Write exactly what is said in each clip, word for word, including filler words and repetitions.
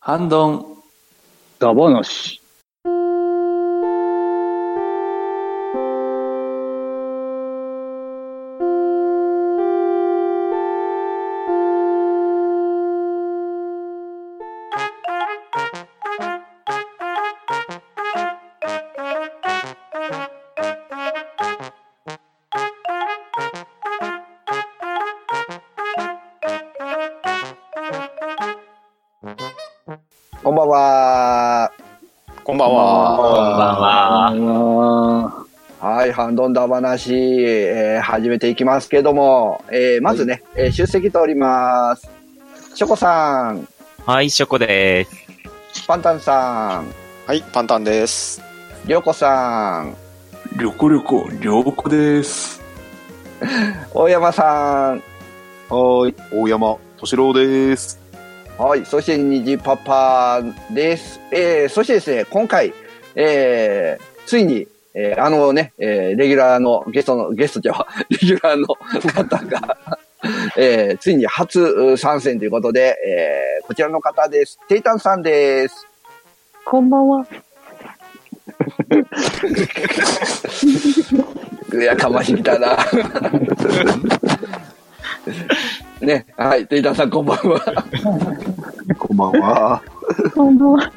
ハンドンダバナシ。 こんばんは。 こんばんは。 こんばんは。 こんばんは。 はい、ハンドンダ話、えー、始めていきますけども、えー、まずね、はい、えー、出席とおります。ショコさん。 はい、ショコです。 パンタンさん。 はい、パンタンです。 りょうこさん。 りょこりょこ、りょうこです。 大山さん。 はい、大山敏郎です。 はい、そしてにじパパです。えー、そしてですね、今回、えー、ついに、えー、あのね、えー、レギュラーのゲストの、ゲストじゃは、レギュラーの方が、えー、ついに初参戦ということで、えー、こちらの方です。テイタンさんです。 こんばんは。 いや、かましてきたな。ね、はい、テイタンさんこんばんは。 こんばんは。 こんばんは。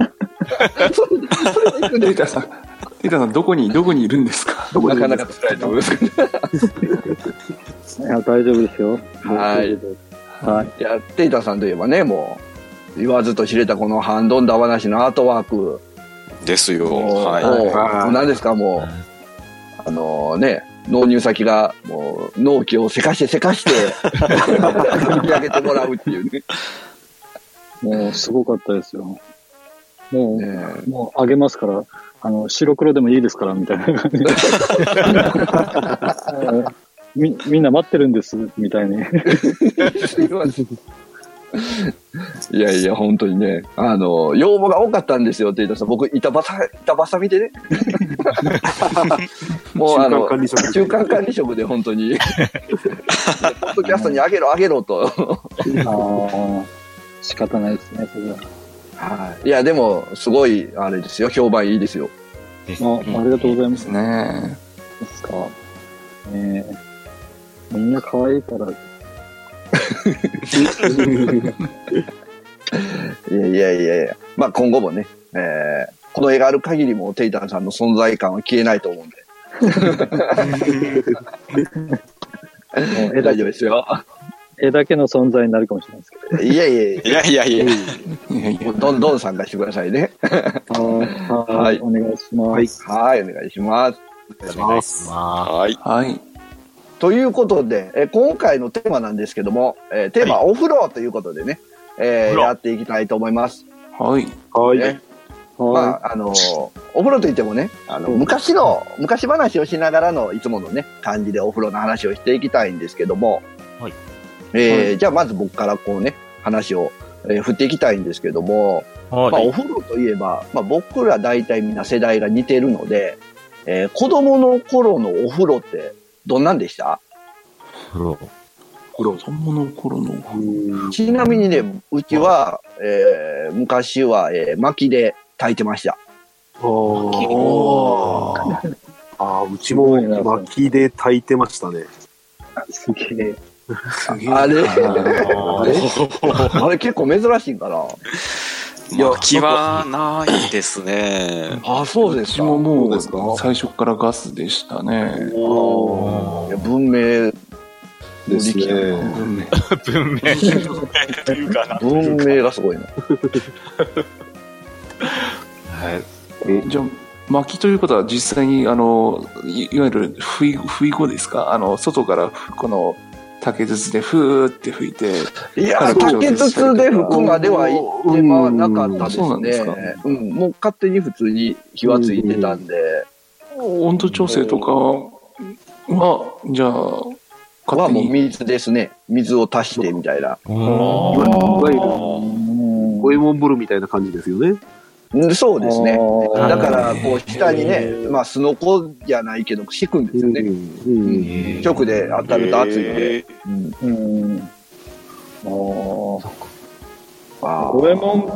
テイタンさん、テイタンさんどこにどこにいるんですか。 なかなか辛いと思いますけど。 いや、大丈夫ですよ。 はい。 はい。 いや、テイタンさんといえばね、もう言わずと知れたこのハンドンダ話のアートワークですよ。はい。 もう何ですか、もうあのね。納入先がもう納期をせかしてせかして引き上げてもらうっていうね。 もうすごかったですよ。もう、 ね、 もうあげますから、あの白黒でもいいですからみたいな感じでみ。みんな待ってるんですみたいに。 いやいや本当にね、あの要望が多かったんですよって言ったら、僕板挟板挟みでね。もうあの中間管理職で本当にポッドキャストにあげろあげろと。 ああ、仕方ないですねそれは。 はい。いやでもすごいあれですよ、評判いいですよ。 あ、ありがとうございますね。 ですか。ね、みんな可愛いから。 いやいやいやいや、まあ今後もね、えー、この絵がある限りもテイタンさんの存在感は消えないと思うんで。もう大丈夫ですよ。 絵だけの存在になるかもしれないですけど。 いやいやいやいやいやいや。 どんどん参加してくださいね。 はい、お願いします。 はい、お願いします。 お願いします。はい。 はい。 ということで、え今回のテーマなんですけども、えー、テーマはお風呂ということでね、えー、やっていきたいと思います。 はい。 はい。 ね、まあ、あのー、お風呂といってもね、あの、昔の、昔話をしながらのいつものね、感じでお風呂の話をしていきたいんですけども、 はい。 えーはい、 じゃあまず僕からこうね、話を、えー、振っていきたいんですけども、 はい。 まあ、お風呂といえば、まあ、僕ら大体みんな世代が似てるので、えー、子供の頃のお風呂ってどんなんでした？ 風呂。 子供の頃のお風呂。 ちなみにね、うちは、えー、昔は、えー、薪で炊いてました。 おー。あー、うちも薪で炊いてましたね。 すげえ。 あれあれあれ結構珍しいんかな。 薪はないですね。 あ、そうですか。 うちももう最初からガスでしたね。 おー、いや文明ですね。 文明。 文明というかな。 文明がすごいな。 はい。え、じゃあ薪ということは実際にあの い, いわゆるふいふいごですか。あの外からこの竹筒でふーって吹いて。 いや、竹筒で吹くまでは言ってまなかったですね。うん、ですか。うん、もう勝手に普通に火はついてたんで。 温度調整とかはじゃあはもう水ですね。水を足してみたいな。 いわゆる五右衛門風呂みたいな感じですよね。 そうですね。だからこう下にね、まあすのこじゃないけど敷くんですよね。うん、直で当たると熱いので。うん。 うん。ああ。五右衛門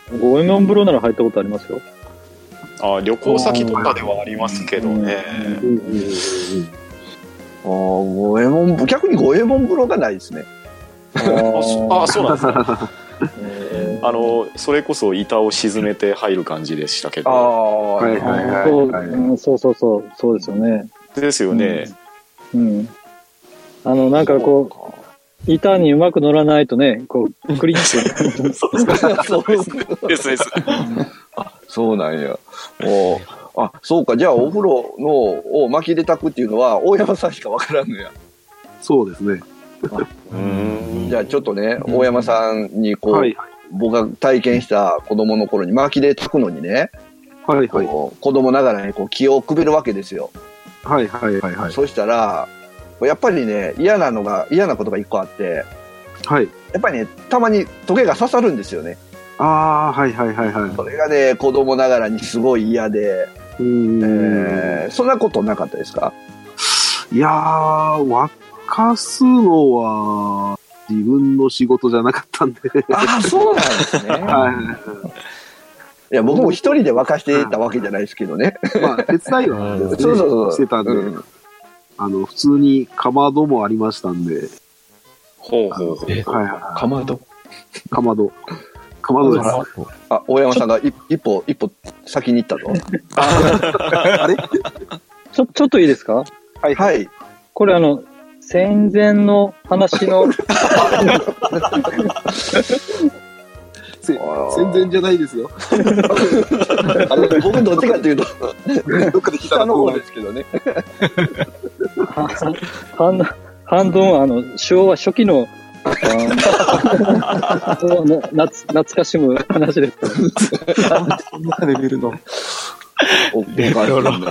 五右衛門風呂なら入ったことありますよ。 あ、旅行先とかではありますけどね。 うんうんああ、五右衛門、逆に五右衛門風呂がないですね。 あ、そあそうなんですか。 えあの、それこそ板を沈めて入る感じでしたけああ、 ど。 はいーそううんそうそうそう、そうですよね。 ですよね。 うん。あの、なんかこう、板にうまく乗らないとね、こう、クリッて。 そうですそうですです。 そうなんや。おーあ、そうか。じゃあ、お風呂のを巻きで炊くっていうのは、大山さんしかわからんのや。 そうですね。 うんじゃあ、ちょっとね、大山さんに、こう、 はい。 僕が体験した子供の頃に巻きで炊くのにね、 はいはい。 こう子供ながらにこう気をくべるわけですよ。 はいはいはいはい。 そしたら、やっぱりね、嫌なのが、嫌なことが一個あって、 はい。 やっぱりね、たまにトゲが刺さるんですよね。 ああ、はいはいはいはい。 それがね、子供ながらにすごい嫌で、 うーん。 えーそんなことなかったですか？ いやー、沸かすのは自分の仕事じゃなかったんで。 ああ、そうなんですね。 はいや、僕も一人で沸かしてたわけじゃないですけどね。 い。まあ、手伝いはですね、 そうそうそうしてたんで、 うんあの、普通にかまどもありましたんで、 ほうほうほう。 はいはかまど。 い。かまど。かまどです。 あ、大山さんが一一歩、一歩先に行ったと。 あれちょ、ちょっといいですか？ はい。 はい。 これあの、戦前の話の、 せ戦前じゃないですよ。 あれ、僕どっちかっていうと、 どっかで聞いた下の方のですけどね。 半半分あの、昭和初期の、あのな懐懐かしむ話ですから。 そんなレベルの。 おかしいな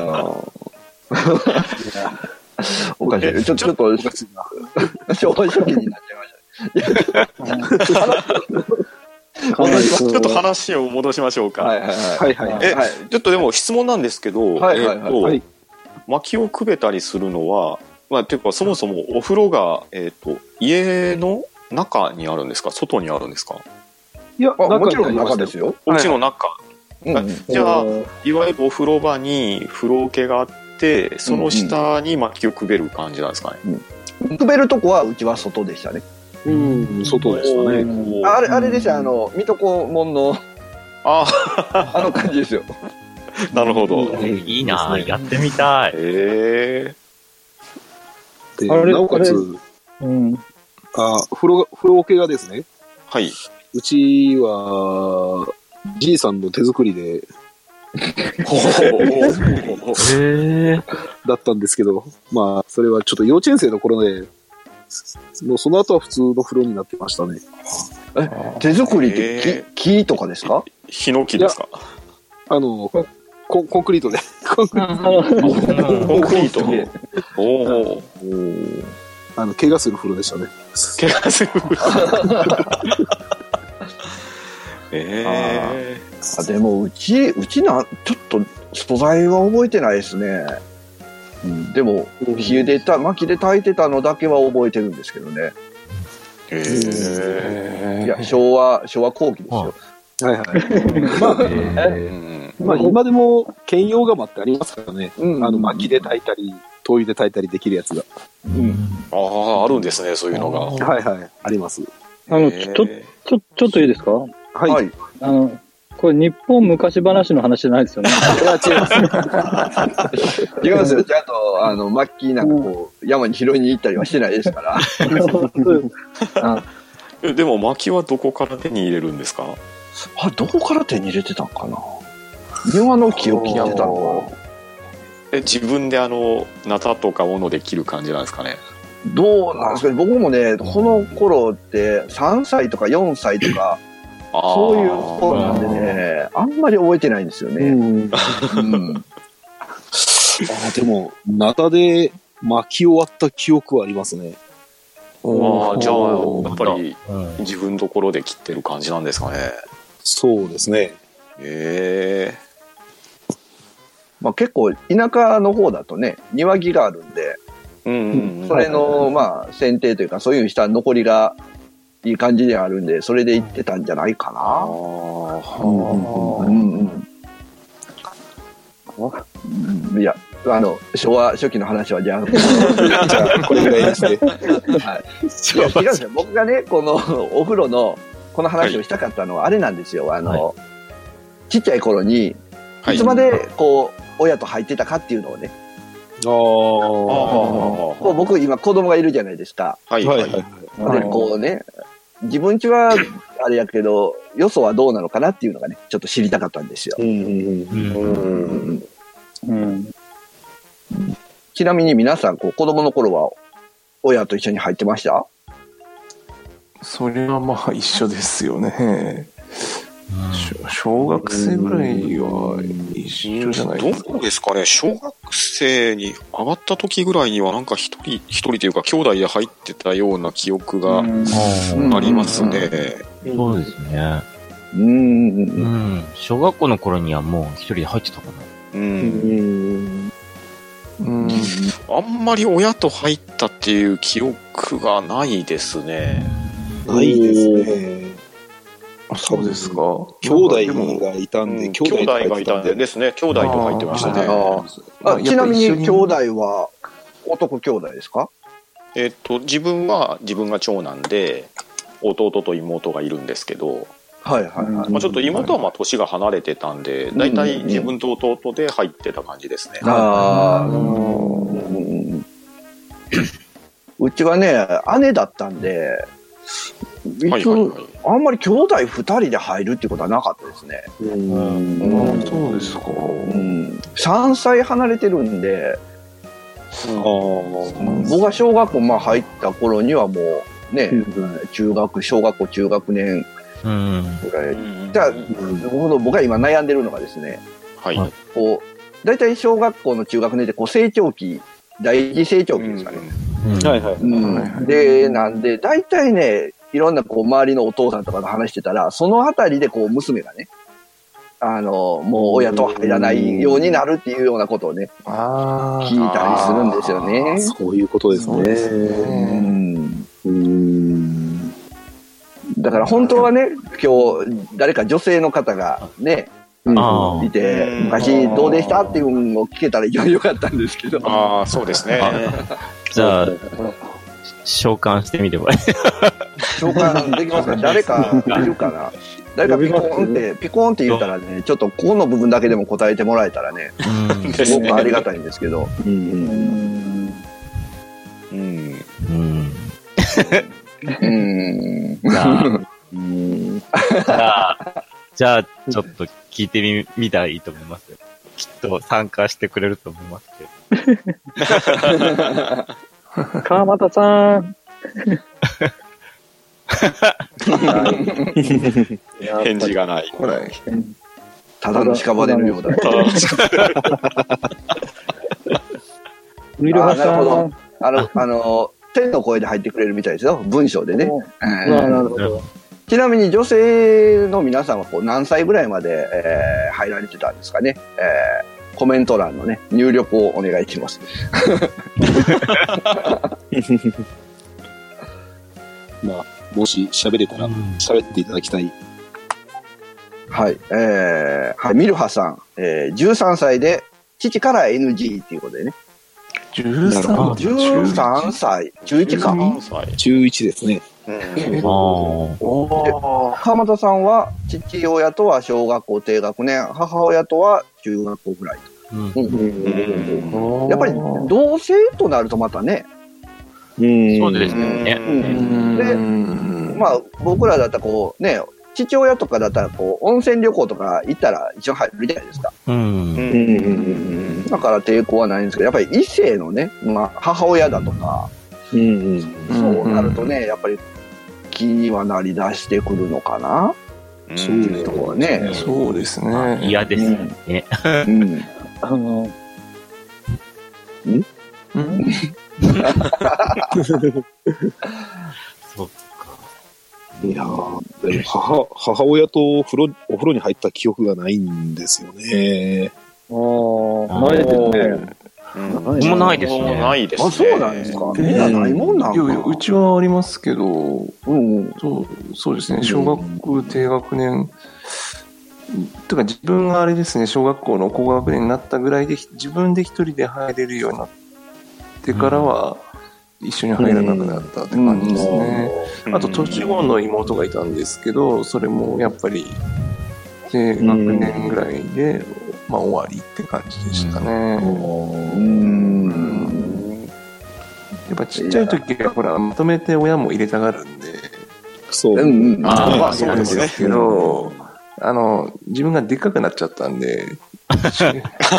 おかしい。ちょちょっと、昭和初期になっちゃいましたね。 かなりちょっと話を戻しましょうか。 はいはいはいはい。 えはい。 ちょっとでも質問なんですけど、 はいはいはいえっと、 はい薪をくべたりするのは、まあ、ていうかそもそもお風呂が、えっと、家の中にあるんですか、外にあるんですか？ いや、 あもちろんにありましたよ中ですよ。 お家の中。 うんじゃあ、いわゆるお風呂場に風呂桶があって、その下に薪をくべる感じなんですかね。 くべるとこはうちは外でしたね。 うん、外でしたね。 おーあれ、あれですよ、あの、水戸黄門の、 ああの感じですよ。 なるほど。 へいいなぁ、やってみたい。 え。 で、 あれなおかつ、 うん。 あ、風呂が、風呂桶がですね、 はい。 うちは、じいさんの手作りで、 へだったんですけど、まあ、それはちょっと幼稚園生の頃で、もうその後は普通の風呂になってましたね。 手作りってへ木、木とかですか？ ヒノキですか？ あの、コンコンクリートで。コンクリーあの、 コンクリート。おお。 トあの、怪我する風呂でしたね。 怪我する。ええ。 あでも、うち、うちな、ちょっと素材は覚えてないですね。うん、でも、火でた、薪で炊いてたのだけは覚えてるんですけどね。 へえ。 いや、昭和、昭和後期ですよ。 はいはい。まあ、 うんまあ、今でも兼用釜ってありますからね。 うんあの、薪で炊いたり、灯油で炊いたりできるやつが。 ああ、あるんですね、そういうのが。 はいはい。あります。 あの、ちょ、ちょ、ちょ、ちょっといいですか？ はい。 はいい。 あの、これ日本昔話の話じゃないですよね。 や、違います。違いますよ。ちゃんと、あの、薪なんかこう、山に拾いに行ったりはしてないですから。 あえでも薪はどこから手に入れるんですか？ あ、どこから手に入れてたんかな。庭の木を切ってたのかえ、自分であの、ナタとか斧で切る感じなんですかね？ な。どうなんですかね。僕もね、この頃ってさんさいとかよんさいとか、 あーそういう頃なんでね、あんまり覚えてないんですよね。 うん。 うん。 あでも、ナタで薪を割った記憶はありますね。 ああ、じゃあ、やっぱりうん自分のところで切ってる感じなんですかね。 そうですね。 ええ。 まあ結構田舎の方だとね、庭木があるんで、 うんうんうん。 それの、まあ、剪定というか、そういうした残りがいい感じであるんで、それで行ってたんじゃないかあな。 うんうん、いや、あの、昭和初期の話はじゃあ、 じゃあこれぐらいですね。 はい。いや、違うんですよ。僕がね、このお風呂の、この話をしたかったのは、あれなんですよ。あの、はい、ちっちゃい頃に、いつまで、こう、親と入ってたかっていうのをね。ああ。こう僕、今、子供がいるじゃないですか。 はいはいはい。 で、こうね、自分ちは、あれやけど、よそはどうなのかなっていうのがね、ちょっと知りたかったんですよ。ちなみに皆さん、こう、子供の頃は、親と一緒に入ってました？ それはまあ一緒ですよね。小学生ぐらいは一緒じゃないですか。 どうですかね。小学生に上がった時ぐらいにはなんか一人一人というか兄弟で入ってたような記憶がありますね。 そうですね。 うん。 小学校の頃にはもう一人で入ってたかな。 うん。うん。あんまり親と入ったっていう記憶がないですね。 ないですね。 あ、そうですか。 兄弟がいたんで、 兄弟がいたんでですね、兄弟と入ってましたね。 あ、ちなみに兄弟は男兄弟ですか？ えっと、自分は自分が長男で、弟と妹がいるんですけど、 はいはいはい。 まあ、ちょっと妹はまあ年が離れてたんで、だいたい自分と弟で入ってた感じですね。 ああ。うちはね、姉だったんで、 はいはいはい、 あんまり兄弟二人で入るっていうことはなかったですね。 うん、うん、そうですか。うん、さんさい離れてるんで、うん、僕が小学校まあ入った頃にはもうね、うん、中学小学校中学年ぐらい、うん、じゃあ、うん、僕が今悩んでるのがですね、 はい、 こうだいたい小学校の中学年でこう成長期第一成長期ですかね。 はいはい。 で、なんでだいたいね、いろんなこう周りのお父さんとかと話してたら、そのあたりでこう娘がね、あの、もう親と入らないようになるっていうようなことをね、聞いたりするんですよね。 そういうことですね。 うんうん、だから本当はね、今日誰か女性の方がね、うん、いて、昔どうでしたっていうのを聞けたら一番良かったんですけど。 ああ、そうですね。 じゃあ、召喚してみればいい。 召喚できますか？誰かいるかな？誰かピコーンって、ピコーンって言ったらね、ちょっとここの部分だけでも答えてもらえたらね、すごくありがたいんですけど。うん。 うん。うん。 うん。 じゃあ、じゃあ、じゃあ、ちょっと聞いてみ、みたらいいと思いますよ。きっと参加してくれると思いますけど。 川又さん。 返事がない。 ただの屍のようだ。ただの屍。 ミルハさん。 あの、あの、天の声で入ってくれるみたいですよ。文章でね。 なるほど。 ちなみに女性の皆さんはこう何歳ぐらいまで、えー、入られてたんですかね。えー、コメント欄のね、入力をお願いします。 まあ、もし喋れたら喋っていただきたい。 はい。えー、はい、ミルハさん、えー、じゅうさんさいで父から エヌジー っていうことでね。 じゅうさん? じゅうさんさい。じゅういちか。 じゅういちですね。 うん、川又さんは父親とは小学校低学年、母親とは中学校ぐらいと、うんうん、やっぱり同性となるとまたね、 うんそうですね、うん、 で、まあ僕らだったらこうね、父親とかだったらこう温泉旅行とか行ったら一緒に入るじゃないですか、うん、だから抵抗はないんですけど、やっぱり異性のね、まあ、母親だとか、うんうん、そうなるとね、やっぱり気にはなり出してくるのかな、うん、そういうところはね。 そうですね。 嫌ですね。うん。うん、あの、ん？ん？ そっか。いやー、でも母、母親と風呂、お風呂に入った記憶がないんですよね。 ああ、ないですね。 うん、もないですね。 ないですね。 あ、そうなんですか。みんなないもんなんか。いやいや、 うちはありますけど、 うん、 そう、そうですね。小学低学年とか自分があれですね、小学校の高学年になったぐらいで自分で一人で入れるようになってからは一緒に入らなくなったって感じですね。あと年子の妹がいたんですけど、それもやっぱり低学年ぐらいで、まあ、終わりって感じでしたね。うんやっぱちっちゃい時はほらまとめて親も入れたがるんで、 そう、 うんうん、 あまあそうですけど、あの自分がでっかくなっちゃったんで、 な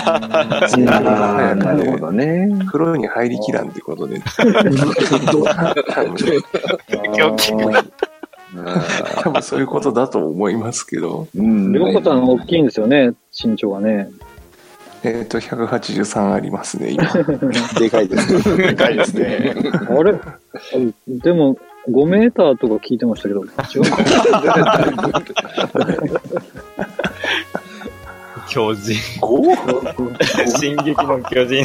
るほどね。 風呂に入りきらんってことで、多分そういうことだと思いますけど。 りょうこさん大きいんですよね、身長がね。 えっと、ひゃくはちじゅうさんありますね、今。 でかいですね。 でかいですね。 あれでも、ごメーターとか聞いてましたけど、違う巨人。 お進撃の巨人。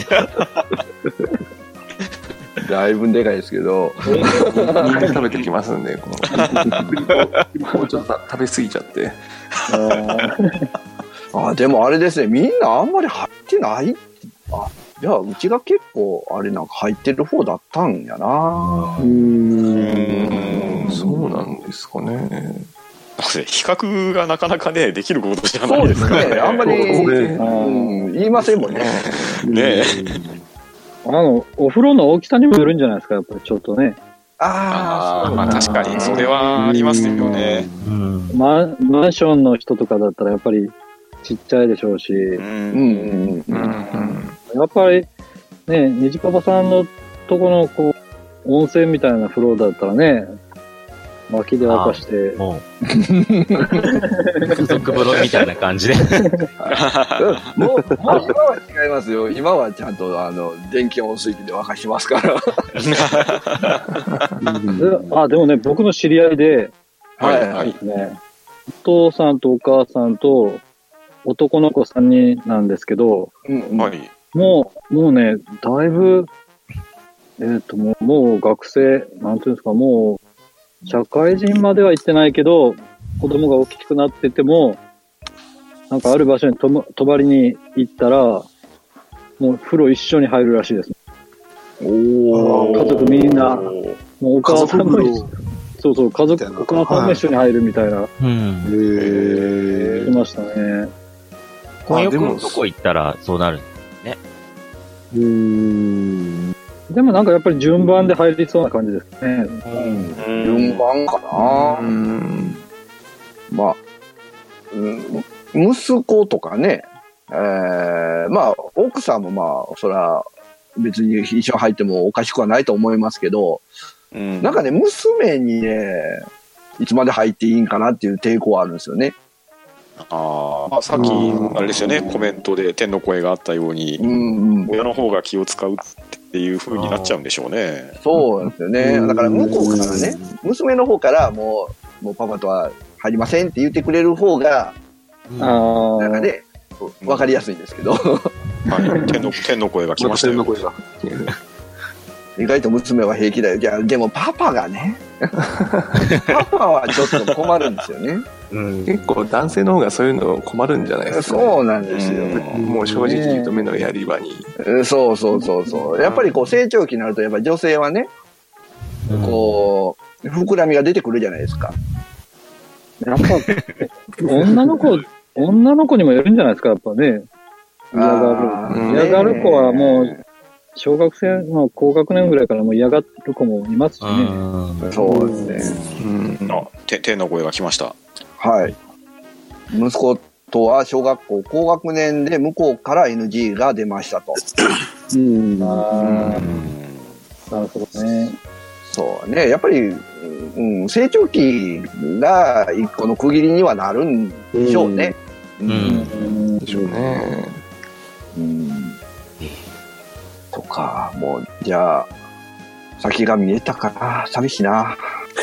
だいぶでかいですけど。 みんな食べてきますんで、このちょっと食べ過ぎちゃって。 あ、でもあれですね、みんなあんまり入ってない。あ、じゃあ、うちが結構、あれなんか入ってる方だったんやな。 うーん、そうなんですかね。 比較がなかなかね、できることじゃないですからね。 そうですね、あんまり、 そうねうん、言いませんもんね。 ねえ。 あの、お風呂の大きさにもよるんじゃないですか、やっぱりちょっとね。 ああ、 まあ確かに、それはありますよね。 マン、マンションの人とかだったらやっぱりちっちゃいでしょうし、 うん。 うんうんうん。 やっぱりね、虹パパさんのとこのこう、温泉みたいな風呂だったらね、薪で沸かして。 もう、付属風呂みたいな感じで。 もう、もう今は違いますよ。今はちゃんと、あの、電気温水器で沸かしますから。 であ、でもね、僕の知り合いで、 はいはいですね、お父さんとお母さんと男の子さんにんなんですけど、 うんうんはい。 もう、もうね、だいぶ、えっ、と、もう、もう学生、なんていうんですか、もう、社会人までは行ってないけど、子供が大きくなってても、なんかある場所にとも泊まりに行ったら、もう風呂一緒に入るらしいです。 お家族みんな、もうお母さんも家一緒、そうそう、家族、お母さんも一緒に入るみたいな、 うん。 言いましたね。 婚約のとこ行ったらそうなる。 うーん。でもなんかやっぱり順番で入りそうな感じですね。 順番かな。 うんまあ、うん息子とかね、えー、まあ、奥さんもまあ、そら、別に一緒に入ってもおかしくはないと思いますけど、 うん。 なんかね、娘にね、いつまで入っていいんかなっていう抵抗はあるんですよね。 ああ、さっき、あれですよね、コメントで天の声があったように、 うんうん。 親の方が気を使うっていう風になっちゃうんでしょうね。 そうなんですよね。だから向こうからね、娘の方からもう、もうパパとは入りませんって言ってくれる方が、 ああ。 なんかね、わかりやすいんですけど、 はい。天の、天の声が来ましたよ。 の声が。 意外と娘は平気だよ。いや、でもパパがね、パパはちょっと困るんですよね。 結構男性の方がそういうの困るんじゃないですか、ね。 そうなんですよ。 もう正直言うと目のやり場に。 そうそうそうそう。やっぱりこう成長期になると、やっぱり女性はね、こう、膨らみが出てくるじゃないですか。 やっぱ、女の子、女の子にもよるんじゃないですか、やっぱね。嫌があーる。嫌がる子はもう、小学生の高学年ぐらいからもう嫌がる子もいますしね。 そうですね。 うんあ、て天の声が来ました。 はい。息子とは小学校高学年で向こうから エヌジー が出ましたと。 うん。ああ、なるほどね。 そうね。やっぱり、うん、成長期が一個の区切りにはなるんでしょうね。 うん。 うんでしょうね。 うんとか、もう、じゃあ、先が見えたから、寂しいな。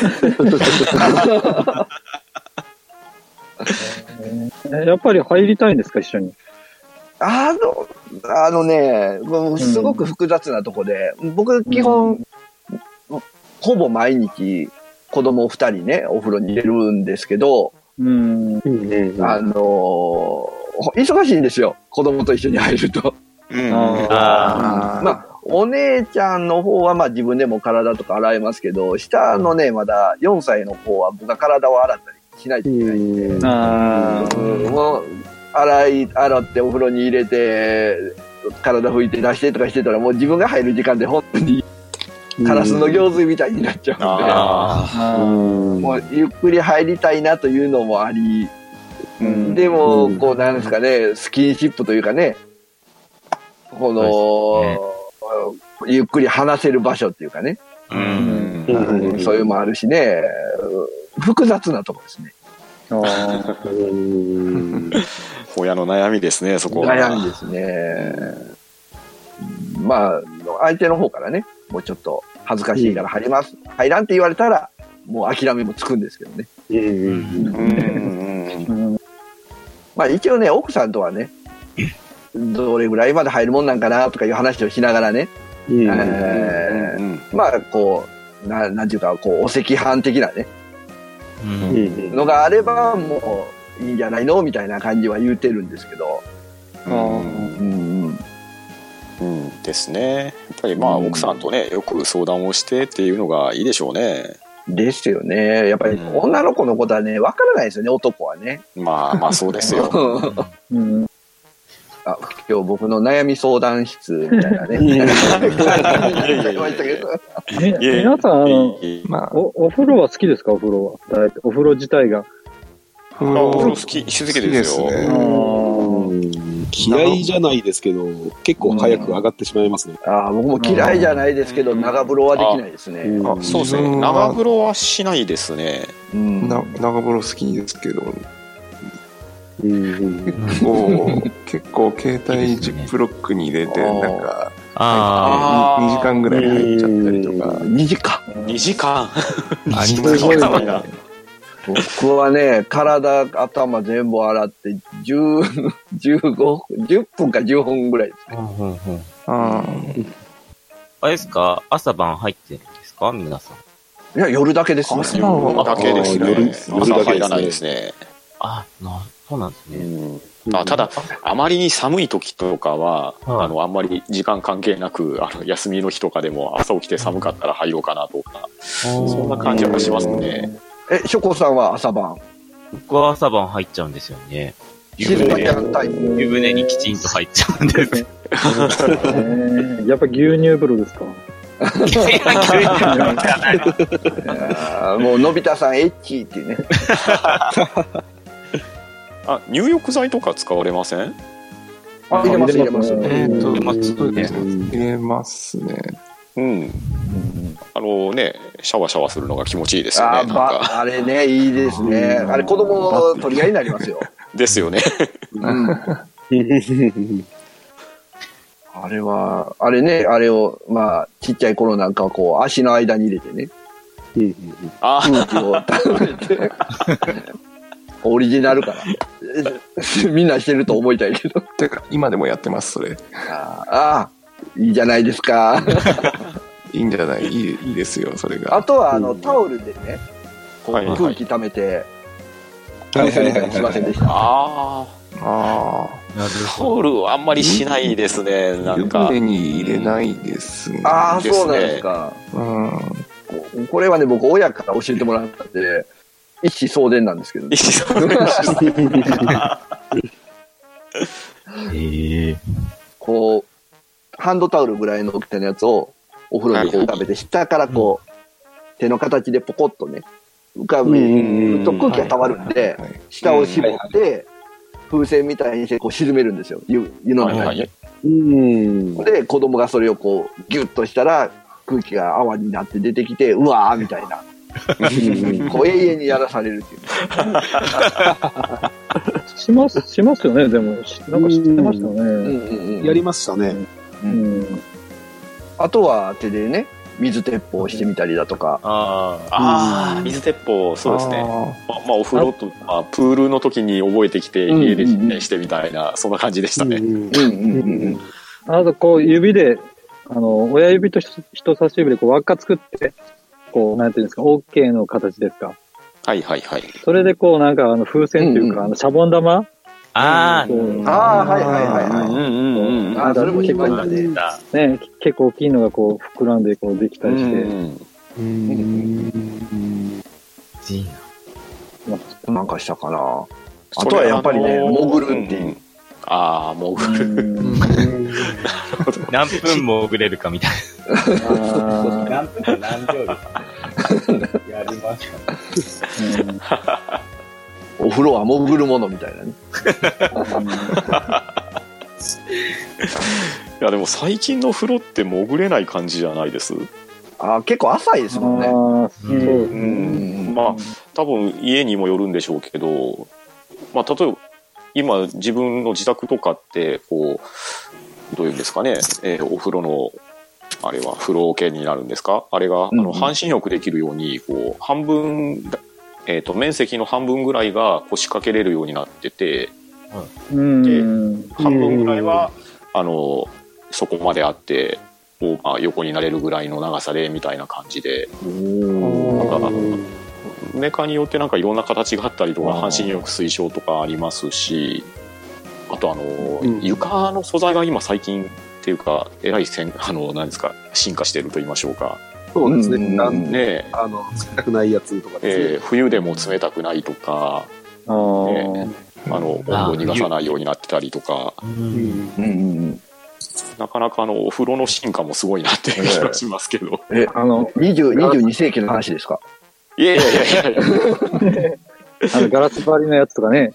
えやっぱり入りたいんですか、一緒に。 あの、あのね、もうすごく複雑なとこで、僕、基本、ほぼ毎日、子供二人ね、お風呂に入れるんですけど、 うん。 あのー、忙しいんですよ。子供と一緒に入ると。 うんああまあ、お姉ちゃんの方はまあ自分でも体とか洗えますけど、下のね、まだよんさいの方は僕が体を洗ったりしないといけないんで、 ああ。 うんもう洗い、洗ってお風呂に入れて、体拭いて出してとかしてたらもう自分が入る時間で本当にカラスの行水みたいになっちゃあうんで、もうゆっくり入りたいなというのもあり、 うんでも、こうなんですかね、スキンシップというかね、この、ゆっくり話せる場所っていうかね、 ーうんうんそういうのもあるしね、複雑なとこですね。 ああ。 親の悩みですね、そこは。 悩みですね。まあ、相手の方からね、もうちょっと恥ずかしいから入ります。入らんって言われたら、もう諦めもつくんですけどね。 うんうんうん。 まあ一応ね、奥さんとはね、どれぐらいまで入るもんなんかなとかいう話をしながらね、えーうんまあこう、ななんていうか、こう、お赤飯的なね、 うん。 のがあれば、もういいんじゃないのみたいな感じは言うてるんですけど、 うんうんうんですね。やっぱりまあ奥さんとね、よく相談をしてっていうのがいいでしょうね。 ですよね。やっぱり女の子のことはね、わからないですよね、男はね。 まあまあそうですよ。 うん。 あ、今日僕の悩み相談室みたいなね。感じになりましたけどみ皆さん、あの、 いいまあ、 お、お風呂は好きですかお風呂は。だいお風呂自体が。 おあお風呂好き、一緒好きですよ。 好きですあねー嫌いじゃないですけど、結構早く上がってしまいますね。 あー僕も嫌いじゃないですけど、長風呂はできないですね。 あ、そうですね。 自分は長風呂はしないですね。 うんな長風呂好きですけど、 うん結構、結構携帯ジップロックに入れて、 あーなんか、 あにじかんぐらい入っちゃったりとか、 にじかん。 にじかん。 ありますごいな。 僕はね、体、頭全部洗って、じゅう、じゅうご、じゅっぷんかじゅっぷんぐらいですね。 うんうんうん。 ああれですか朝晩入ってるんですか皆さん。 いや、夜だけですね。 朝夜だけですね。 夜朝夜だけですね入らないですね。 あ、な、そうなんですうね。 んあただ、あまりに寒い時とかは、 はいあの、あんまり時間関係なく、あの、休みの日とかでも朝起きて寒かったら入ろうかなとか、そんな感じはしますね。 え、ショコさんは朝晩。 僕は朝晩入っちゃうんですよね。 静かにやんタイプ。 湯船にきちんと入っちゃうんです。いえーやっぱ牛乳風呂ですかや、牛乳じゃない。 あーもう、のび太さんエッチーっていうね。 あ、入浴剤とか使われません？ あ、入れます、入れます。 えっと、 うんそうですね。入れますね。 うん。あのね、シャワーシャワーするのが気持ちいいですよね。 あーなんか。 ば、あれね、いいですね。あれ、子供の取り合いになりますよ。 ですよね。 うん。あれは、あれね、あれを、まあ、ちっちゃい頃なんかはこう、足の間に入れてね、 あ空気を溜めて、オリジナルから。みんなしてると思いたいけど。 てか、今でもやってます、それ。 ああ、いいじゃないですか。 いいんじゃないいいいいですよ、それが。 あとは、あの、タオルでね、こうはいはい空気溜めて、 はいはいはいみたいにしませんでした。 ああなるー、 ほど。 タオルはあんまりしないですね。 あ、湯なんか。 船に入れないですね。 ああ、 ですねそうなんですか。 うん。 これはね、僕、親から教えてもらったんで、一子相伝なんですけど、ね、 ええ。 こう、ハンドタオルぐらいの大きさのやつをお風呂にこう浮かべて、下からこう、手の形でポコッとね、浮かべると空気が溜まるんで、 はい下を絞って、風船みたいにしてこう沈めるんですよ、湯湯の中にね。 うん。 で、子供がそれをこう、ギュッとしたら、空気が泡になって出てきて、うわーみたいな。こう永遠にやらされるっていう。 します、しますよね、でも。しなんか知ってましたよね。 うんうんうんやりましたね。 うん。 あとは手でね、水鉄砲をしてみたりだとか。 ああ。 ああ、水鉄砲、そうですね。 あまあ、まあ、お風呂と、まあ、プールの時に覚えてきて、 うん家で実験してみたいな、そんな感じでしたね。 うんうんうんうんあと、こう、指で、あの、親指と人人差し指でこう輪っか作って、こう、なんていうんですか、OK の形ですか。 はいはいはい。 それでこうなんかあの風船っていうか、 うんあのシャボン玉あこうああ、はいはいはいはい。 うんうんうん。 あ、それも聞きましたね。 ね、結構大きいのがこう膨らんでこうできたりして、 うん。 いいな。 なんかしたかな。あとはやっぱりね、潜るっていう。 ああ、潜る。 何分も潜れるかみたいな。 何分か何秒か。やりました。 お風呂は潜るものみたいなね。 いやでも最近の風呂って潜れない感じじゃないです。 あ、結構浅いですもんね。 そうですね。 うん、まあ多分家にもよるんでしょうけど、まあ例えば今自分の自宅とかってこうどういうんですかね、えー、お風呂のあれは風呂桶になるんですか、あれが、うん、あの半身浴できるようにこう半分、えーと面積の半分ぐらいが腰掛けれるようになってて、 うん、 で半分ぐらいはあのそこまであってこう、まあ、横になれるぐらいの長さでみたいな感じで、なんかメーカーによってなんかいろんな形があったりとか半身浴推奨とかありますし、あとあの、うん、床の素材が今最近っていうかえらいせんあのなんですか進化していると言いましょうか。 そうですね。うん、 ねあの冷たくないやつとかですね、 えー、冬でも冷たくないとか、 あ、 ね、あの温度を逃がさないようになってたりとか、 うんうん、 なかなかあのお風呂の進化もすごいなって気がしますけど。 え、あのにじゅうに世紀の話ですか？ いやいやいやいやあのガラス張りのやつとかね。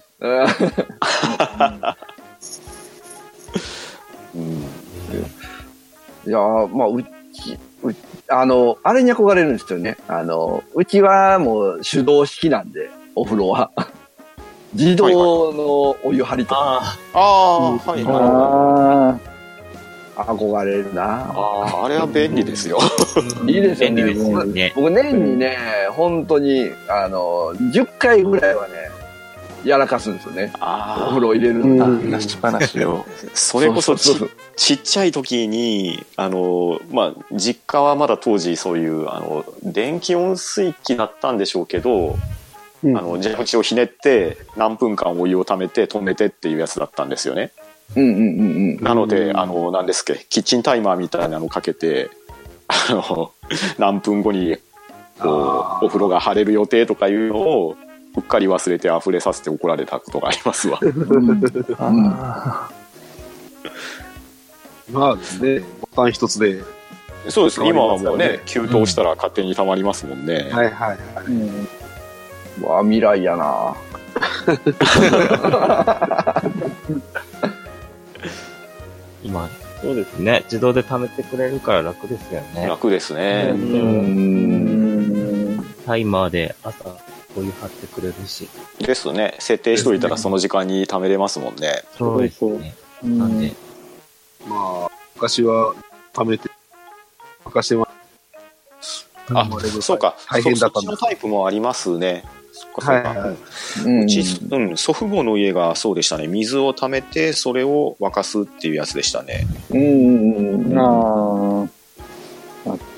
うん、いやまあうちうあのあれに憧れるんですよね。あのうちはもう手動式なんでお風呂は自動のお湯張りとか。 ああ、はいはい。憧れるな。 ああ、あれは便利ですよ。 いいですよね。 便利ですね。 僕年にね、本当にあのじゅっかいぐらいはねやらかすんですよね。 あお風呂入れるの出しっぱなしを。 それこそ ち, ちっちゃい時にあの、まあ、実家はまだ当時そういうあの電気温水器だったんでしょうけど、うん、あの蛇口をひねって何分間お湯をためて止めてっていうやつだったんですよね。 うんうんうんうん、 なのであの何ですっけ、キッチンタイマーみたいなのをかけてあの何分後にこうお風呂が張れる予定とかいうのをうっかり忘れて溢れさせて怒られたことがありますわ。 あまあですね、ボタン一つで。 そうですね、今はもうね給湯したら勝手に溜まりますもんね。 うん、はいはいはい、 うん、わあ未来やな。 今そうですね、自動で貯めてくれるから楽ですよね。 楽ですね。 うん、タイマーで朝お湯張ってくれるし。 ですね、設定しといたらその時間に貯めれますもんね。 そうですね。なんでまあ昔は貯めて昔はあ、そうか、 大変だったんだ。 そっちのタイプもありますね。 はいはい、 うち、うん、祖父母の家がそうでしたね。水を溜めてそれを沸かすっていうやつでしたね。 うんうん、ああ、あった。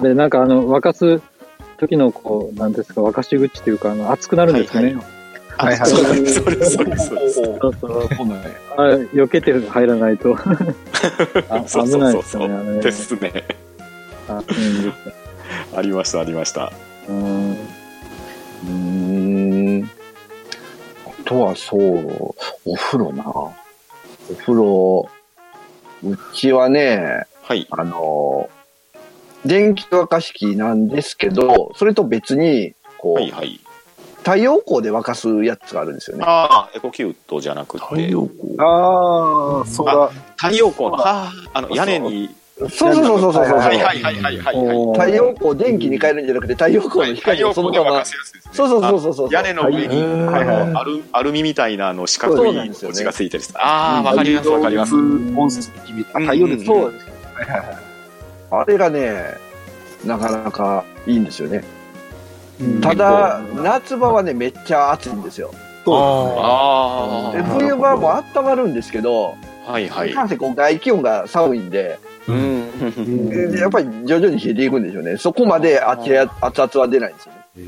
でなんかあの沸かす時のこうなんですか、沸かし口っていうかあの熱くなるんですよね。 はいはい。そうですそうですそうです。 そうそうあれ避けて入らないとあ危ないですよね。 ですね。 あ、うんですね。 ありましたありました。 うんうーんあとはそうお風呂なお風呂うちはね、 はい、 あの電気沸かし器なんですけどそれと別にこう、はいはい、太陽光で沸かすやつがあるんですよね。 ああエコキュートじゃなくて太陽光ああそうだ太陽光のはあの屋根にそうそうそうそうそうそう。 はいはいはいはいはい。 太陽光電気に変えるんじゃなくて太陽光の光をそのまま。そうそうそうそうそう。 屋根の上にアルアルミみたいなの四角い文字がついてる。ああわかりますわかります。 温室的みたいな。太陽です。 そうです。あれがねなかなかいいんですよね。ただ夏場はねめっちゃ暑いんですよ。 ああ。冬場も温まるんですけど。 はいはい。 いかんせんこう外気温が寒いんで。うん、やっぱり徐々に冷えていくんでしょうね。そこまで熱々は出ないんですよね。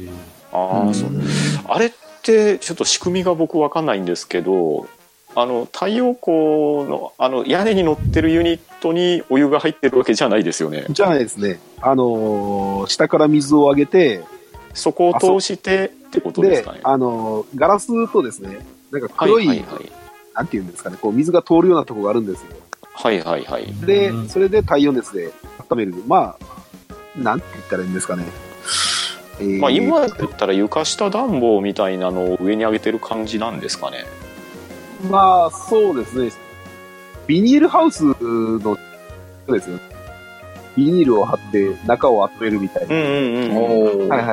ああ、そう。あれってちょっと仕組みが僕わかんないんですけど、あの太陽光のあの屋根に乗ってるユニットにお湯が入ってるわけじゃないですよね。 じゃないですね。あのー下から水を上げて、 そこを通してってことですかね。 で、あのーガラスとですね、なんか黒い、 はいはいはい。 なんていうんですかね、こう水が通るようなところがあるんですよ。 はいはいはい。 で、それで太陽熱で温める。まあ、なんて言ったらいいんですかね。えーまあ今だったら床下暖房みたいなのを上に上げてる感じなんですかね。 まあ、そうですね。ビニールハウスの、ですよ。ビニールを貼って中を温めるみたいな。 うんうんうん。 おー。 はいはい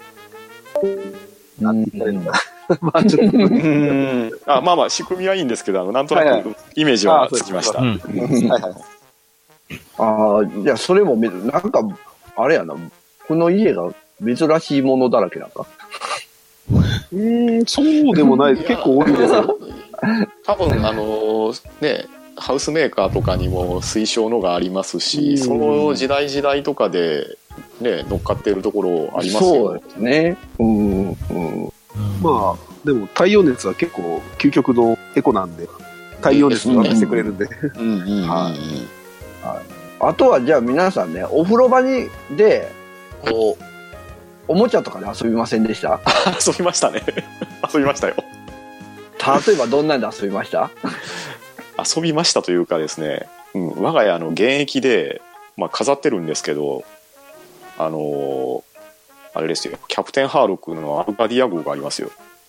はい。なんて言ったらいいのかな。まあちょっと。 うんあまあまあ仕組みはいいんですけど、あのなんとなはいはくイメージはつきました。 うん。 はいはいああ、じゃあそれもめ、なんか、あれやな、この家が珍しいものだらけなんか。 うーん、そうでもないです。結構多いですよ。 多分あのねハウスメーカーとかにも推奨のがありますし、その時代時代とかでね乗っかってるところありますよ。 そうですね。うん、うん。 まあ、でも太陽熱は結構究極のエコなんで、太陽熱を出してくれるんで。 うんうんうんうん。 はいあとはじゃあ皆さんね、お風呂場にで、こう、おもちゃとかで遊びませんでした？ 遊びましたね。遊びましたよ。 例えばどんなんで遊びました？ 遊びましたというかですね、うん、我が家の現役で、まあ、飾ってるんですけど、あのーあれですよ、キャプテンハーロックのアルカディア号がありますよ。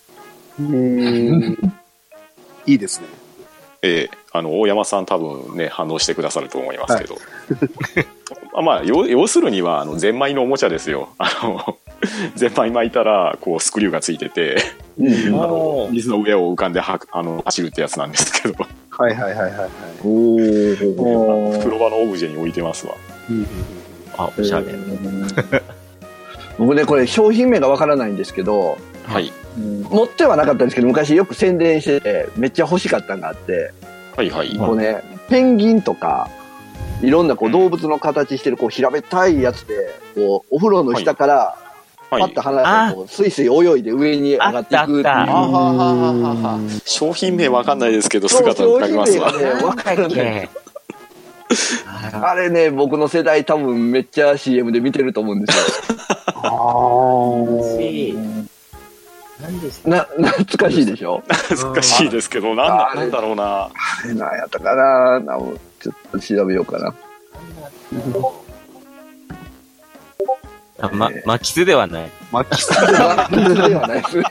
いいですね。 ええ、あの大山さん多分ね反応してくださると思いますけど、はい、まあ要要するにはあのゼンマイのおもちゃですよ。あのゼンマイ巻いたらこうスクリューがついてて、あの水の上を浮かんではあの走るってやつなんですけど、 はいはいはいはいはい。 おー。 風呂場のオブジェに置いてますわ。 あ、おしゃれ。 僕ね、これ商品名がわからないんですけど、 はい持ってはなかったんですけど、昔よく宣伝してて、めっちゃ欲しかったのがあって、 はいはい。 こうね、ペンギンとか、いろんなこう動物の形してるこう平べったいやつで、こうお風呂の下からパはいッと離れてこうスイスイ泳いで上に上がっていくっていう。 あったあったあはははは商品名わかんないですけどそう姿浮かびますわ。 商品名がねわからないえあれね、僕の世代多分めっちゃ シーエム で見てると思うんですよ。 何でしな、懐かしいでしょ？ 難しいですけど、なんだなんだろうな。 あれなんやったかな、なおちょっと調べようかな。 たあ、ま、巻き巣ではない。 巻きではないですね。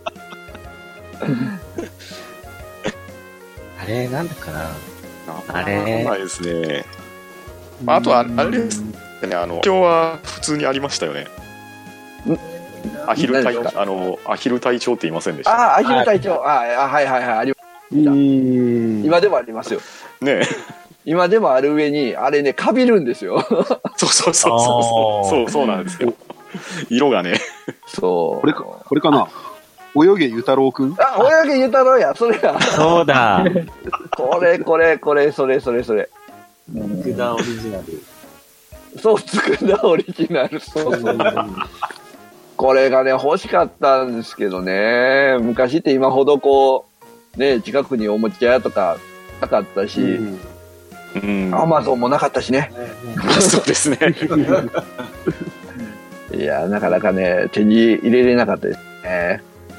あれ、なんだかな。 あれないですね。あとはあれですね、あの今日は普通にありましたよね。アヒル隊何ですあのアヒル隊長って言いませんでした？ ああ、アヒル隊長。ああ、はいはいはい、あります。今でもありますよ。 ねえ。 今でもある上に、あれね、かびるんですよ。 そうそうそうそうそうそうなんですよ。色がね。 そう。 これか、これかな。泳げゆたろうくん。 あ、泳げゆたろうや、それや。 そうだ。 これこれこれ、それそれそれ。 福田オリジナル。 そう、つくだオリジナル。そうそう。これがね、欲しかったんですけどね。昔って今ほどこう、ね、近くにおもちゃ屋とかなかったし、 うん。 アマゾンもなかったしね。 そうですね。 いや、なかなかね、手に入れれなかったですね。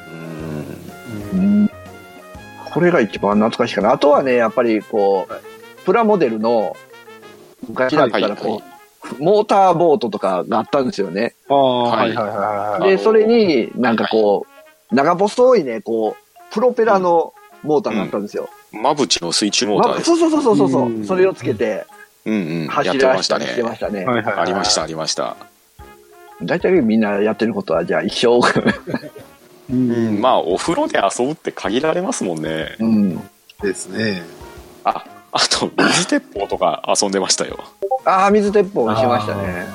うんこれが一番懐かしいかな。あとはね、やっぱりこう、プラモデルの、昔だったらこう、モーターボートとかがあったんですよね。 ああ、はいはいはいはい。 で、それになんかこう、長細いね、こう、プロペラのモーターがあったんですよ。 まぶちの水中モーターまです。 そうそうそうそうそううんそれをつけてうんうん。や走ってましたねらせたりして。ましたね。 はいはいはいありましたありました。 大体みんなやってることはじゃあ一緒。 うん。まあお風呂で遊ぶって限られますもんね。 うん。 ですね。 あ、あと水鉄砲とか遊んでましたよ。 ああ、水鉄砲しましたね。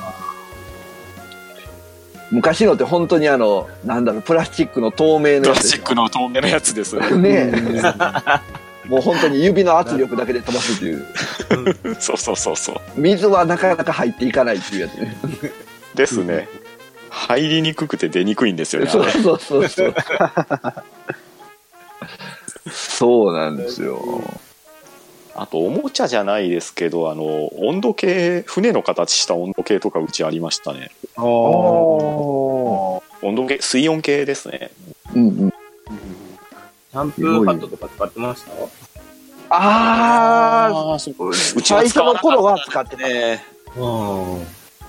昔のって本当にあの、なんだろう、プラスチックの透明のやつプラスチックの透明のやつです。 ねえ。もう本当に指の圧力だけで飛ばすっていう。 そうそうそうそう。 水はなかなか入っていかないっていうやつね。 ですね。 入りにくくて出にくいんですよね。 そうそうそうそう。そうなんですよ。 あとおもちゃじゃないですけど、あの温度計、船の形した温度計とかうちありましたね。 ああ。 温度計、水温計ですね。 うんうん。 シャンプーハットとか使ってました？ ああ、 うち最初の頃は使ってたね。 うん。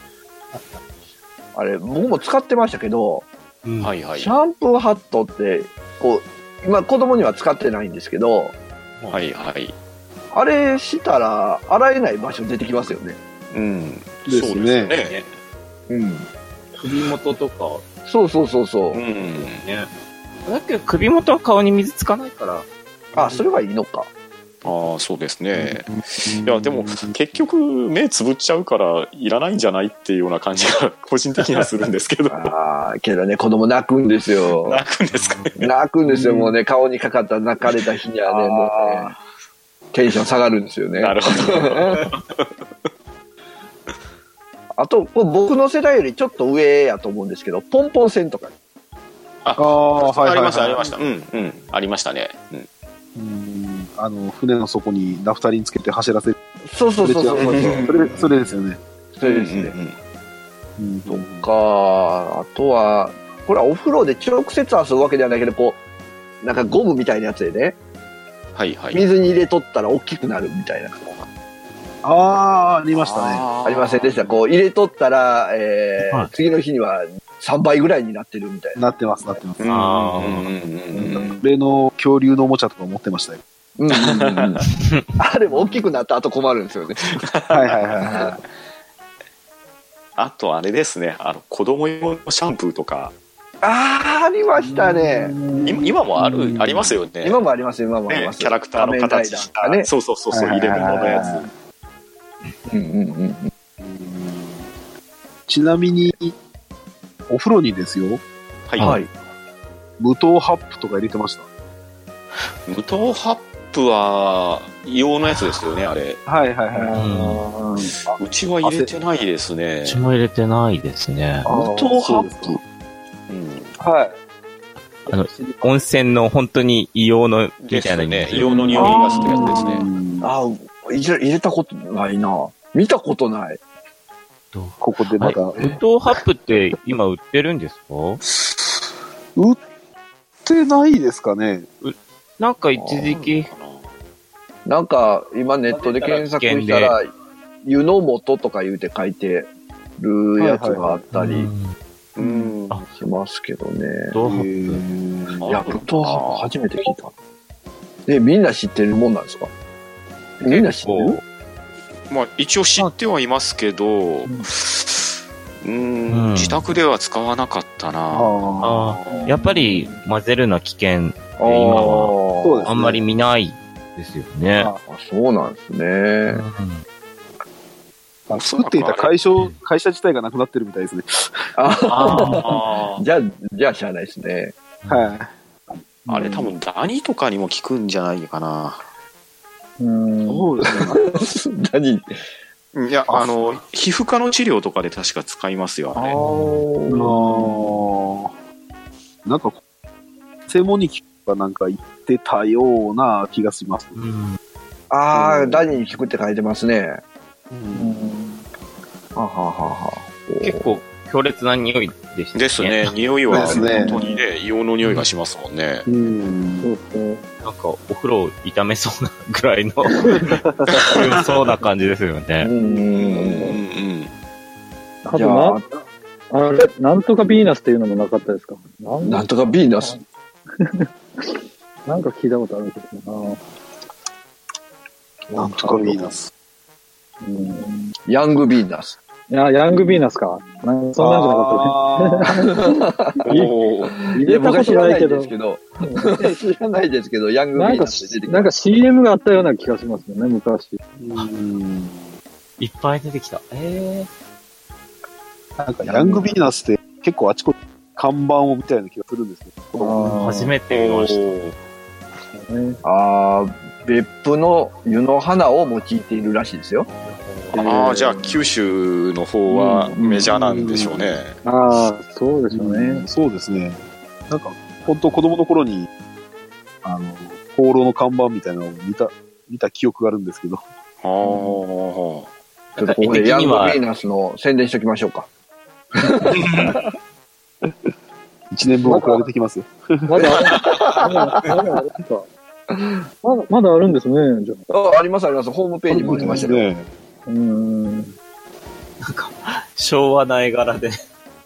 あれ、僕も使ってましたけど、 うん、 はいはい。 シャンプーハットって、こう、今子供には使ってないんですけど、 はいはい。 あれしたら洗えない場所出てきますよね。 うん。 ですね。 そうですね。 うん。 首元とか。 そうそうそうそう。 うん。 ね。だけど首元は顔に水つかないから。 あ、それはいいのか。 ああ、そうですね。いや、でも、結局、目つぶっちゃうから、いらないんじゃないっていうような感じが、個人的にはするんですけど。 ああ、けどね、子供泣くんですよ。 泣くんですかね。 泣くんですよ、もうね、顔にかかった泣かれた日にはね、もうね、テンション下がるんですよね。 なるほど。 あと、僕の世代よりちょっと上やと思うんですけど、ポンポン線とか。 ああ、はい、ありました、ありました。うん、うん、ありましたね。うん。 うんあの船の底にラフタリンつけて走らせる。 そうそうそうそう。 それそれですよね。 それですね。うん、とか、あとは、これはお風呂で直接遊ぶわけではないけど、こう、なんかゴムみたいなやつでね、 はいはい。 水に入れとったら大きくなるみたいな。 ああ、ありましたね。 ありませんでした。こう入れとったら、えーはい、次の日にはさんばいぐらいになってるみたいな。 なってます、なってます。 ああ。 例の恐竜のおもちゃとか持ってましたよ。 うんうんうん、あれも大きくなった後困るんですよね。 はいはいはいはい。 あとあれですね、あの子供用のシャンプーとか。 ああ、ありましたね。 今, 今もある、ありますよね。 今もあります、今もあります。 ね、キャラクターの形した、ね、そうそうそうそう、入れ物のやつ。 うんうんうん。 ちなみに、お風呂にですよ。 はい。はい、 無糖ハップとか入れてました。 無糖ハップは、硫黄のやつですよね、あれ。 はいはいはい。うちは入れてないですね。 うちも入れてないですね。 無糖ハップ。 うん、はい。 あの、温泉の本当に硫黄の、みたいなね。硫黄の匂いがするやつですね。 ああ、入れたことないな。見たことない。 ここでまた。 無糖ハップって今売ってるんですか？ 売ってないですかね。 なんか一時期。 なんか今ネットで検索したら、湯の素とか言うて書いてるやつがあったり。うん、しますけどね。 無糖ハップ。いや、無糖ハップ初めて聞いた。え、みんな知ってるもんなんですか？みんな知ってる？ まあ、一応知ってはいますけど、うん、うん自宅では使わなかったな。 ああ、やっぱり混ぜるのは危険で今はあんまり見ないですよね。 あ、そうなんですね。うんあ、作っていた会社、会社自体がなくなってるみたいですね。 ああ。じゃあ、じゃあしゃあないですね。 はい。 あれ多分ダニとかにも効くんじゃないかな。 うん。そうですね。ダニ。 いや、あの、皮膚科の治療とかで確か使いますよ、あれ。ああ。なんか、専門に効くかなんか言ってたような気がします。うん、 ああ、ダニに効くって書いてますね。うん、はははは結構強烈な匂いでしたね。 ですね。匂いは本当にね、硫黄の匂いがしますもんね。うん。 なんかお風呂痛めそうなぐらいの強そうな感じですよね。うんうんうんあとな、あれ、なんとかヴィーナスっていうのもなかったですか？ なんとかヴィーナスなんか聞いたことあるんですよな。なんとかヴィーナス。 うん、ヤングヴィーナス。 いや、ヤングヴィーナスか。なんかそんなんじゃなかったね。入れたことないけど。 知らないですけど、ヤングヴィーナスって出てきた。 なんか シーエム があったような気がしますよね、昔。 うんいっぱい出てきた。えー、なんかヤングヴィーナスって結構あちこち看板を見たような気がするんですけど。 初めて見ました。 ああ、別府の湯の花を用いているらしいですよ。 ああ、じゃあ九州の方はメジャーなんでしょうね。 ああ、そうでしょうね。 うんそうですね。なんか、本当子供の頃に、あの、放浪の看板みたいなのを見た、見た記憶があるんですけど。 ああ。 ちょっとここでヤングヴィーナスの宣伝しときましょうか。 一年分送られてきますよ。 まだ、まだ、まだあるんか。まだ、まだあるんですね、じゃあ。 あ、ありますあります。ホームページも出ましたよ。 ね。 うーん。 昭和な絵柄で。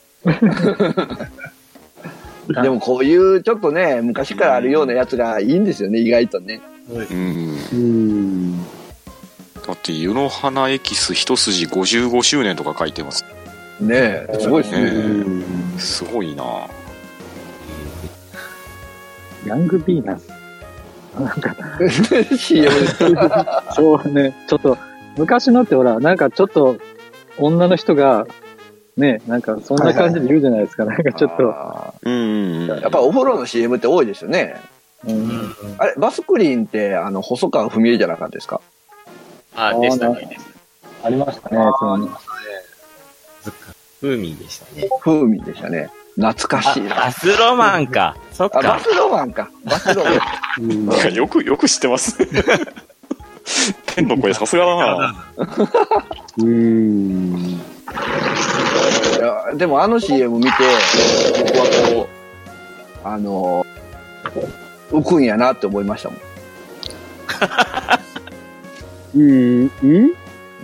でもこういうちょっとね、昔からあるようなやつがいいんですよね、意外とね。 うん。 うん。 だって湯の花エキス一筋ごじゅうごしゅうねんとか書いてます。 ねえ、すごいですね。 うんすごいな。 ヤングビーナス。なんか、 シーエム です。 そうね、ちょっと、昔のってほら、なんかちょっと、女の人が、ね、なんかそんな感じで言うじゃないですか。なんかちょっと。 あうん。 ーやっぱお風呂の シーエム って多いですよね。 うんあれ、バスクリーンって、あの、細川文江じゃなかったですか？ あ、でしたね。 ありましたね、その風味でしたね。 風味でしたね。懐かしいな。 バスロマンか。そっあ、バか。 スロマンか。バスロマン。 なんかよく、よく知ってます。天の声さすがだな。 うん。 いやでもあの シーエム 見て、僕はこう、あの、浮くんやなって思いましたもん。 いい、いいん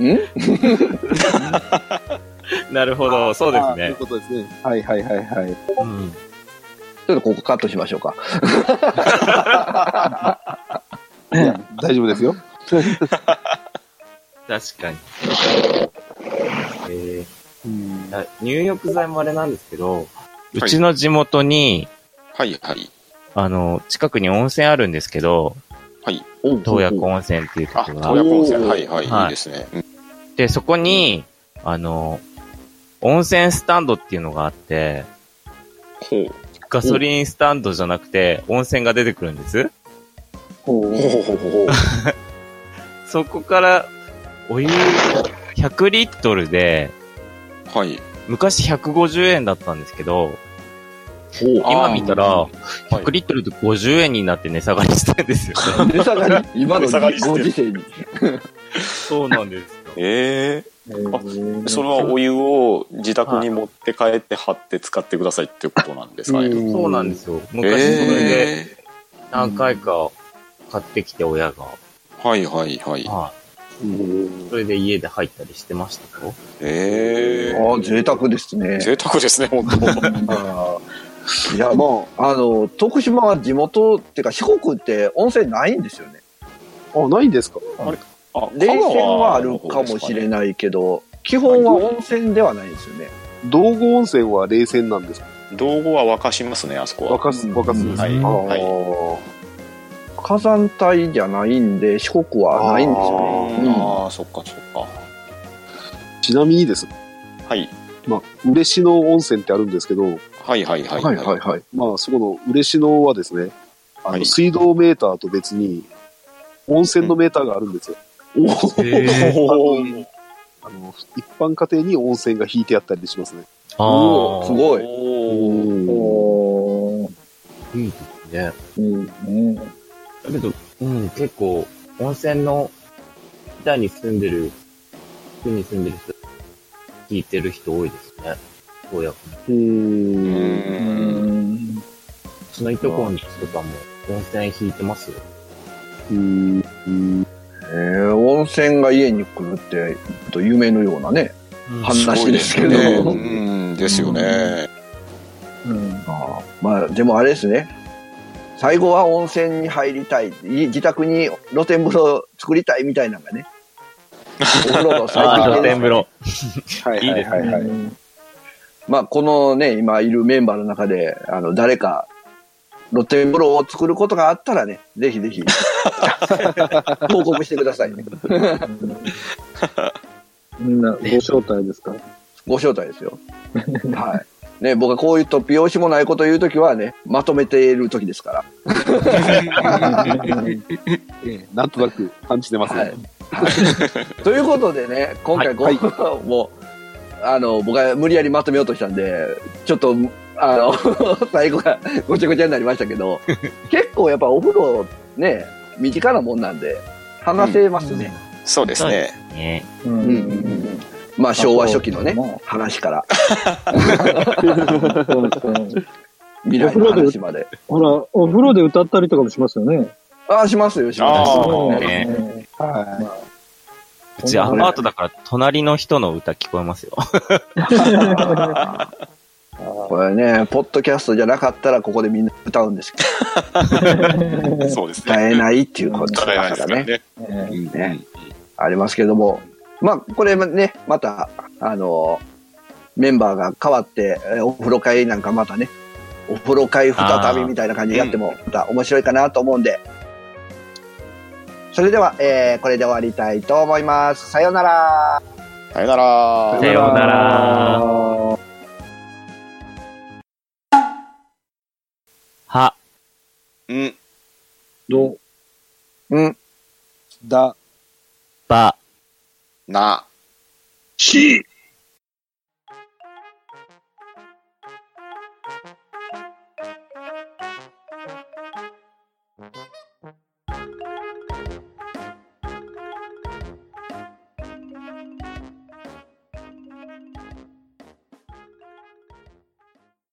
なるほど、そうですそういうね。 ことですね。はいはいはいはい。 うん。 ちょっとここカットしましょうか。 大丈夫ですよ。 確かに。えうんー、入浴剤もあれなんですけど、うちの地元に、 はいはい。 あの、近くに温泉あるんですけど、 はい。 洞爺湖温泉っていうとあ、 ころが。 洞爺湖温泉。はいはい。 はいいいですね。うんで、そこに、あの、温泉スタンドっていうのがあって、 ほう。 ガソリンスタンドじゃなくて、温泉が出てくるんです。 ほうほうほうほうほう。 そこから、お湯ひゃくリットルで、 はい。 昔ひゃくごじゅうえんだったんですけど、今見たら、ひゃくリットルでごじゅうえんになって値下がりしてるんですよね。 値下がり今の値下がりしてるご時世に。 そうなんですよ。 ええー。それはお湯を自宅に持って帰って貼って使ってくださいっていうことなんですかね。 そうなんですよ。昔それで何回か買ってきて親が。 はいはいはい。 はい。それで家で入ったりしてましたよ。 ええああ、贅沢ですね。 贅沢ですね、本当。 あーいや、もう、あの、徳島は地元っていうか四国って温泉ないんですよね。 あ、ないんですか？ あ冷泉はあるかもしれないけど、基本は温泉ではないんですよね。 道後温泉は冷泉なんですか？ 道後は沸かしますね、あそこは。 沸かす、沸かすんですはい。 あはい。 ー火山帯じゃないんで、四国はないんですよね。 ああ、そっかそっか。 ちなみにですね、 はい。 まあ、嬉野温泉ってあるんですけど、 はいはいはい。 はいはいはい。 まあ、そこの嬉野はですね、あの、 はい水道メーターと別に、温泉のメーターがあるんですよ。 へーおーあの、一般家庭に温泉が引いてあったりしますね。 あおーすごい。 おーおー、 いいですね。 いいね。 だけど、うん、結構、温泉の北に住んでる、国に住んでる人、聞いてる人多いですね。こうやって。 うー。 うんうんん。 うちのいとこんちとかも温泉引いてますよ。 うーん。うんえー、温泉が家に来るって、と夢のようなね、話ですけど。 ね。うん、ですよね。 うん。 あーまあ、でもあれですね。最後は温泉に入りたい。い自宅に露天風呂作りたいみたいなのがね。お風呂の最ああ、 適です露天風呂。 はいはいはいはい。 まあ、このね、今いるメンバーの中で、あの、誰か、露天風呂を作ることがあったらね、ぜひぜひ、報告してくださいね。 みんな、ご招待ですか？ ご招待ですよ。はい。ね、僕がこういう突拍子もないことを言うときはね、まとめているときですから。 ええなんとなく感じてますね。 はい。 ということでね、今回こう、 はいもう、あの、僕は無理やりまとめようとしたんで、ちょっと、あの、最後がごちゃごちゃになりましたけど、結構やっぱお風呂ね、身近なもんなんで、話せますね。 そうですね。 ね。 うんうんうんうんまあ昭和初期のね、話から、 そうですね。 未来の話まで。 ほら、お風呂で歌ったりとかもしますよね。 ああ、しますよ、しますあよ。 ーねねはうちアパートだから隣の人の歌聞こえますよ。 これね、ポッドキャストじゃなかったらここでみんな歌うんですけど、 そうですね。 歌えないっていうこと歌えないだからですからね。 ね。 ね、ありますけども、まあ、これね、また、あの、メンバーが変わって、えーお風呂会なんかまたね、お風呂会再びみたいな感じでやっても、また面白いかなと思うんで、それでは、えー、これで終わりたいと思います。さようなら。 さよなら。 さようなら。は、 うん。 どうん。 い。だ、 ば、 な。 し、